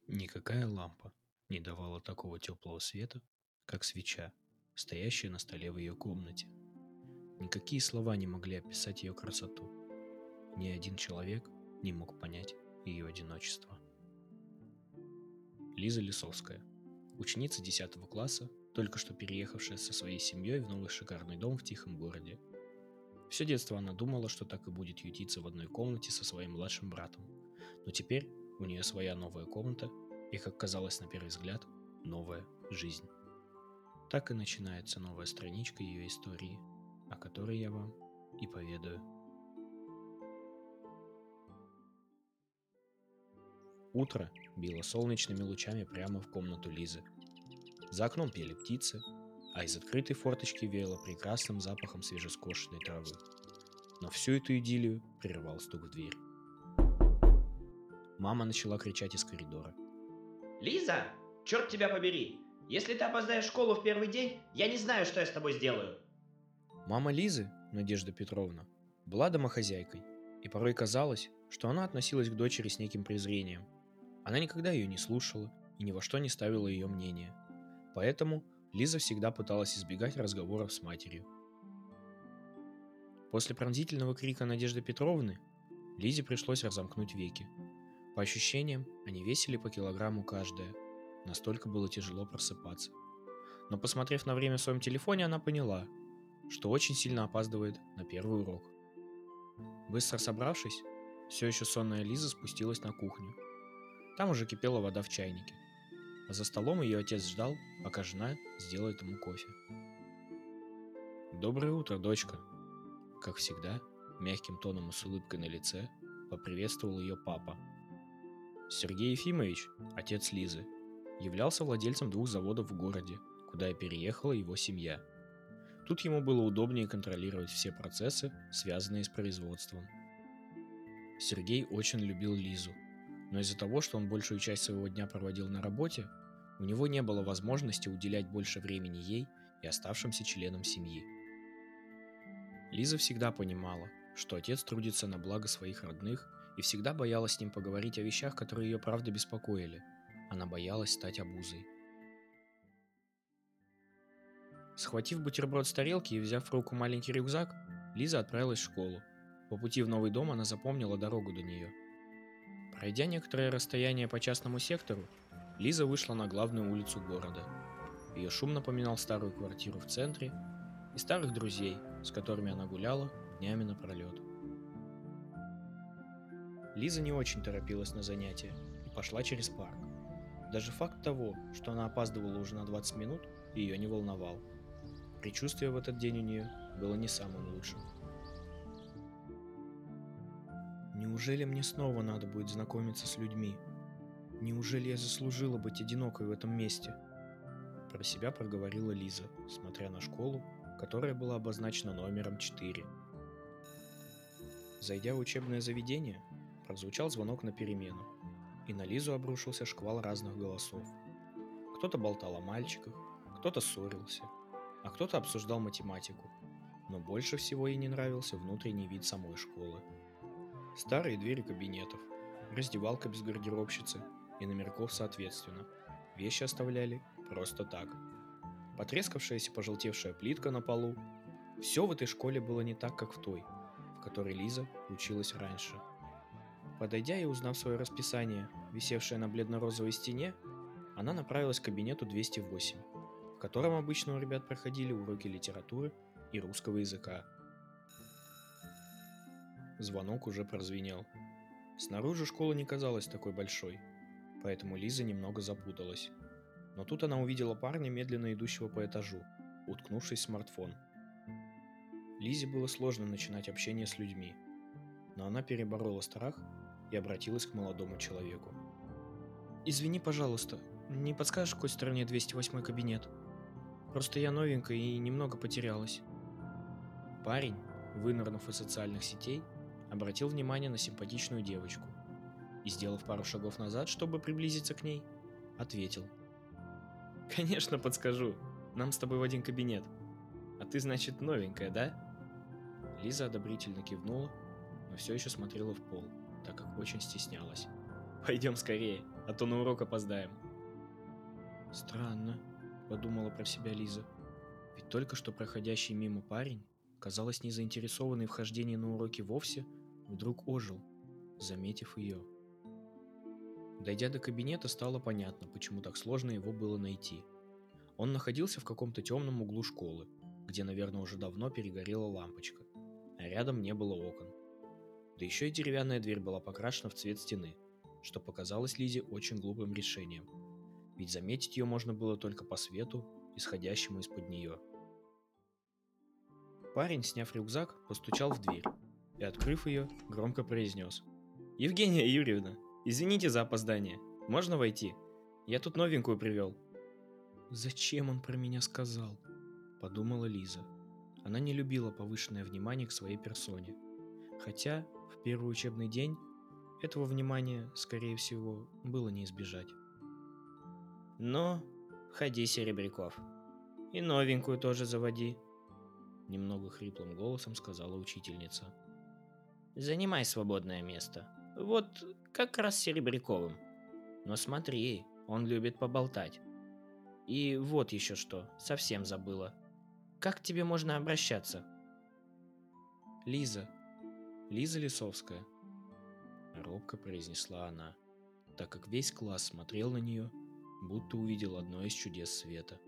Никакая лампа не давала такого теплого света, как свеча, стоящая на столе в ее комнате. Никакие слова не могли описать ее красоту. Ни один человек не мог понять ее одиночество. Лиза Лисовская, ученица 10 класса, только что переехавшая со своей семьей в новый шикарный дом в тихом городе. Все детство она думала, что так и будет ютиться в одной комнате со своим младшим братом. Но теперь у нее своя новая комната и, как казалось на первый взгляд, новая жизнь. Так и начинается новая страничка ее истории, о которой я вам и поведаю. Утро било солнечными лучами прямо в комнату Лизы. За окном пели птицы, а из открытой форточки веяло прекрасным запахом свежескошенной травы. Но всю эту идиллию прервал стук в дверь. Мама начала кричать из коридора. «Лиза, черт тебя побери! Если ты опоздаешь в школу в первый день, я не знаю, что я с тобой сделаю!» Мама Лизы, Надежда Петровна, была домохозяйкой, и порой казалось, что она относилась к дочери с неким презрением. Она никогда ее не слушала и ни во что не ставила ее мнение. Поэтому Лиза всегда пыталась избегать разговоров с матерью. После пронзительного крика Надежды Петровны Лизе пришлось разомкнуть веки. По ощущениям, они весили по килограмму каждая. Настолько было тяжело просыпаться. Но посмотрев на время в своем телефоне, она поняла, что очень сильно опаздывает на первый урок. Быстро собравшись, все еще сонная Лиза спустилась на кухню. Там уже кипела вода в чайнике. А за столом ее отец ждал, пока жена сделает ему кофе. «Доброе утро, дочка!» Как всегда, мягким тоном и с улыбкой на лице поприветствовал ее папа. Сергей Ефимович, отец Лизы, являлся владельцем 2 заводов в городе, куда и переехала его семья. Тут ему было удобнее контролировать все процессы, связанные с производством. Сергей очень любил Лизу, но из-за того, что он большую часть своего дня проводил на работе, у него не было возможности уделять больше времени ей и оставшимся членам семьи. Лиза всегда понимала, что отец трудится на благо своих родных и всегда боялась с ним поговорить о вещах, которые ее правда беспокоили. Она боялась стать обузой. Схватив бутерброд с тарелки и взяв в руку маленький рюкзак, Лиза отправилась в школу. По пути в новый дом она запомнила дорогу до нее. Пройдя некоторое расстояние по частному сектору, Лиза вышла на главную улицу города. Ее шум напоминал старую квартиру в центре и старых друзей, с которыми она гуляла днями напролет. Лиза не очень торопилась на занятия и пошла через парк. Даже факт того, что она опаздывала уже на 20 минут, ее не волновал. Предчувствие в этот день у нее было не самым лучшим. Неужели мне снова надо будет знакомиться с людьми? Неужели я заслужила быть одинокой в этом месте? Про себя проговорила Лиза, смотря на школу, которая была обозначена номером 4. Зайдя в учебное заведение, прозвучал звонок на перемену, и на Лизу обрушился шквал разных голосов. Кто-то болтал о мальчиках, кто-то ссорился, а кто-то обсуждал математику. Но больше всего ей не нравился внутренний вид самой школы. Старые двери кабинетов, раздевалка без гардеробщицы и номерков соответственно. Вещи оставляли просто так. Потрескавшаяся пожелтевшая плитка на полу. Все в этой школе было не так, как в той, в которой Лиза училась раньше. Подойдя и узнав свое расписание, висевшее на бледно-розовой стене, она направилась к кабинету 208, в котором обычно у ребят проходили уроки литературы и русского языка. Звонок уже прозвенел. Снаружи школа не казалась такой большой, поэтому Лиза немного запуталась. Но тут она увидела парня, медленно идущего по этажу, уткнувшись в смартфон. Лизе было сложно начинать общение с людьми, но она переборола страх и обратилась к молодому человеку. «Извини, пожалуйста, не подскажешь, в какой стороне 208 кабинет? Просто я новенькая и немного потерялась». Парень, вынырнув из социальных сетей, обратил внимание на симпатичную девочку и, сделав пару шагов назад, чтобы приблизиться к ней, ответил. «Конечно, подскажу. Нам с тобой в один кабинет. А ты, значит, новенькая, да?» Лиза одобрительно кивнула, но все еще смотрела в пол, так как очень стеснялась. «Пойдем скорее, а то на урок опоздаем. Странно, подумала про себя Лиза. Ведь только что проходящий мимо парень, казалось, не заинтересованный в хождении на уроки вовсе, вдруг ожил, заметив ее. Дойдя до кабинета, стало понятно, почему так сложно его было найти. Он находился в каком-то темном углу школы, где, наверное, уже давно перегорела лампочка, а рядом не было окон. Да еще и деревянная дверь была покрашена в цвет стены, что показалось Лизе очень глупым решением, ведь заметить ее можно было только по свету, исходящему из-под нее. Парень, сняв рюкзак, постучал в дверь и, открыв ее, громко произнес: «Евгения Юрьевна, извините за опоздание, можно войти? Я тут новенькую привел». «Зачем он про меня сказал?» – подумала Лиза. Она не любила повышенное внимание к своей персоне. Хотя в первый учебный день этого внимания, скорее всего, было не избежать. «Ну, входи, Серебряков. И новенькую тоже заводи», — немного хриплым голосом сказала учительница. «Занимай свободное место. Вот как раз с Серебряковым. Но смотри, он любит поболтать. И вот еще что, совсем забыла. Как к тебе можно обращаться?» «Лиза. Лиза Лисовская», — робко произнесла она, так как весь класс смотрел на нее, будто увидел одно из чудес света.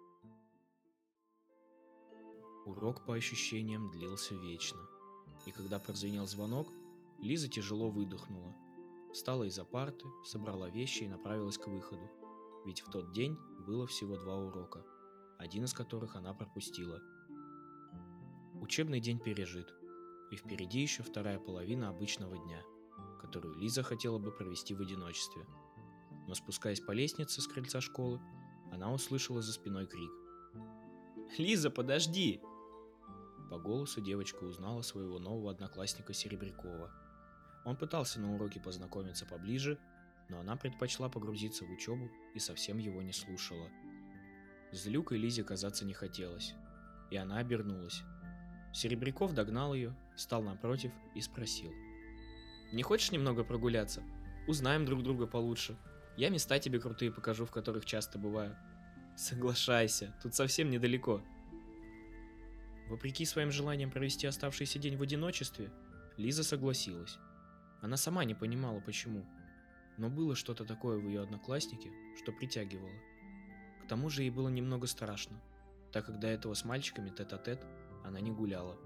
Урок, по ощущениям, длился вечно, и когда прозвенел звонок, Лиза тяжело выдохнула, встала из-за парты, собрала вещи и направилась к выходу, ведь в тот день было всего 2 урока, один из которых она пропустила. Учебный день пережит, и впереди еще вторая половина обычного дня, которую Лиза хотела бы провести в одиночестве. Но спускаясь по лестнице с крыльца школы, она услышала за спиной крик: «Лиза, подожди!» По голосу девочка узнала своего нового одноклассника Серебрякова. Он пытался на уроке познакомиться поближе, но она предпочла погрузиться в учебу и совсем его не слушала. Злюкой Лизе казаться не хотелось, и она обернулась. Серебряков догнал ее, встал напротив и спросил: «Не хочешь немного прогуляться? Узнаем друг друга получше. Я места тебе крутые покажу, в которых часто бываю. Соглашайся, тут совсем недалеко». Вопреки своим желаниям провести оставшийся день в одиночестве, Лиза согласилась. Она сама не понимала, почему, но было что-то такое в ее однокласснике, что притягивало. К тому же ей было немного страшно, так как до этого с мальчиками тет-а-тет она не гуляла.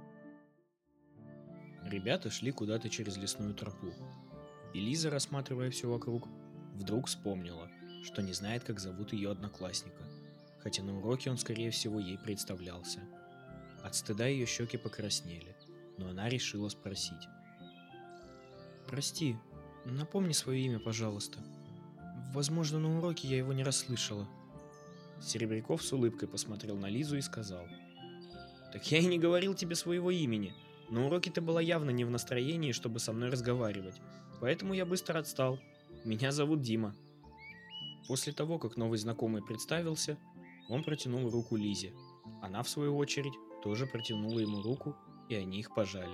Ребята шли куда-то через лесную тропу, и Лиза, рассматривая все вокруг, вдруг вспомнила, что не знает, как зовут ее одноклассника, хотя на уроке он, скорее всего, ей представлялся. От стыда ее щеки покраснели, но она решила спросить: «Прости, напомни свое имя, пожалуйста. Возможно, на уроке я его не расслышала». Серебряков с улыбкой посмотрел на Лизу и сказал: «Так я и не говорил тебе своего имени. На уроке ты была явно не в настроении, чтобы со мной разговаривать, поэтому я быстро отстал. Меня зовут Дима». После того, как новый знакомый представился, он протянул руку Лизе. Она, в свою очередь, тоже протянула ему руку, и они их пожали.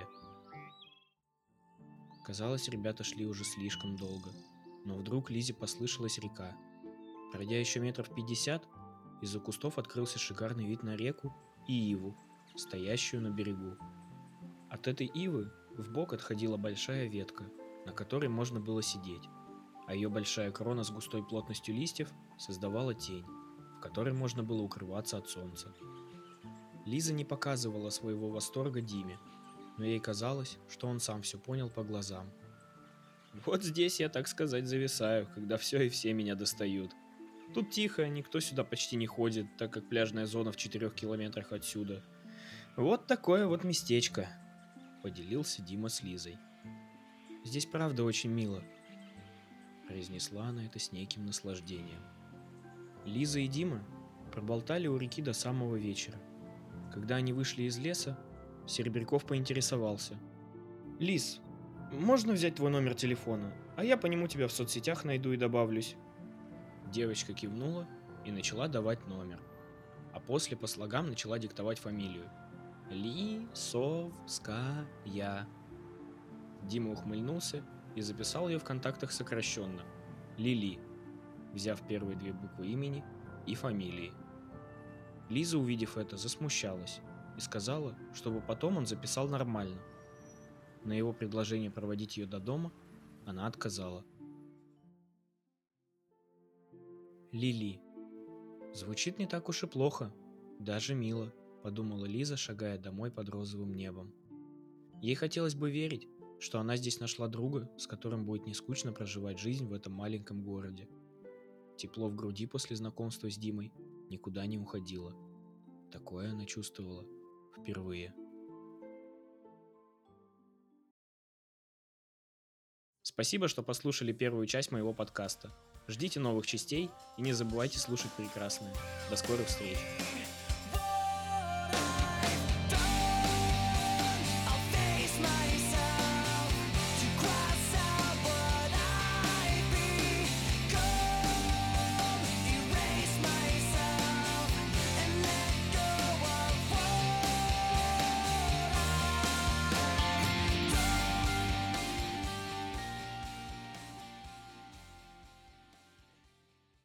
Казалось, ребята шли уже слишком долго, но вдруг Лизе послышалась река. Пройдя еще метров 50, из-за кустов открылся шикарный вид на реку и иву, стоящую на берегу. От этой ивы вбок отходила большая ветка, на которой можно было сидеть, а ее большая крона с густой плотностью листьев создавала тень, в которой можно было укрываться от солнца. Лиза не показывала своего восторга Диме, но ей казалось, что он сам все понял по глазам. «Вот здесь я, так сказать, зависаю, когда все и все меня достают. Тут тихо, никто сюда почти не ходит, так как пляжная зона в 4 километрах отсюда. Вот такое вот местечко», — поделился Дима с Лизой. «Здесь правда очень мило», — произнесла она это с неким наслаждением. Лиза и Дима проболтали у реки до самого вечера. Когда они вышли из леса, Серебряков поинтересовался: «Лиз, можно взять твой номер телефона, а я по нему тебя в соцсетях найду и добавлюсь?» Девочка кивнула и начала давать номер, а после по слогам начала диктовать фамилию: Лисовская. Дима ухмыльнулся и записал ее в контактах сокращенно. Лили, взяв первые две буквы имени и фамилии. Лиза, увидев это, засмущалась и сказала, чтобы потом он записал нормально. На его предложение проводить ее до дома она отказала. Лили. Звучит не так уж и плохо, даже мило, подумала Лиза, шагая домой под розовым небом. Ей хотелось бы верить, что она здесь нашла друга, с которым будет не скучно проживать жизнь в этом маленьком городе. Тепло в груди после знакомства с Димой никуда не уходило. Такое она чувствовала впервые. Спасибо, что послушали первую часть моего подкаста. Ждите новых частей и не забывайте слушать прекрасное. До скорых встреч!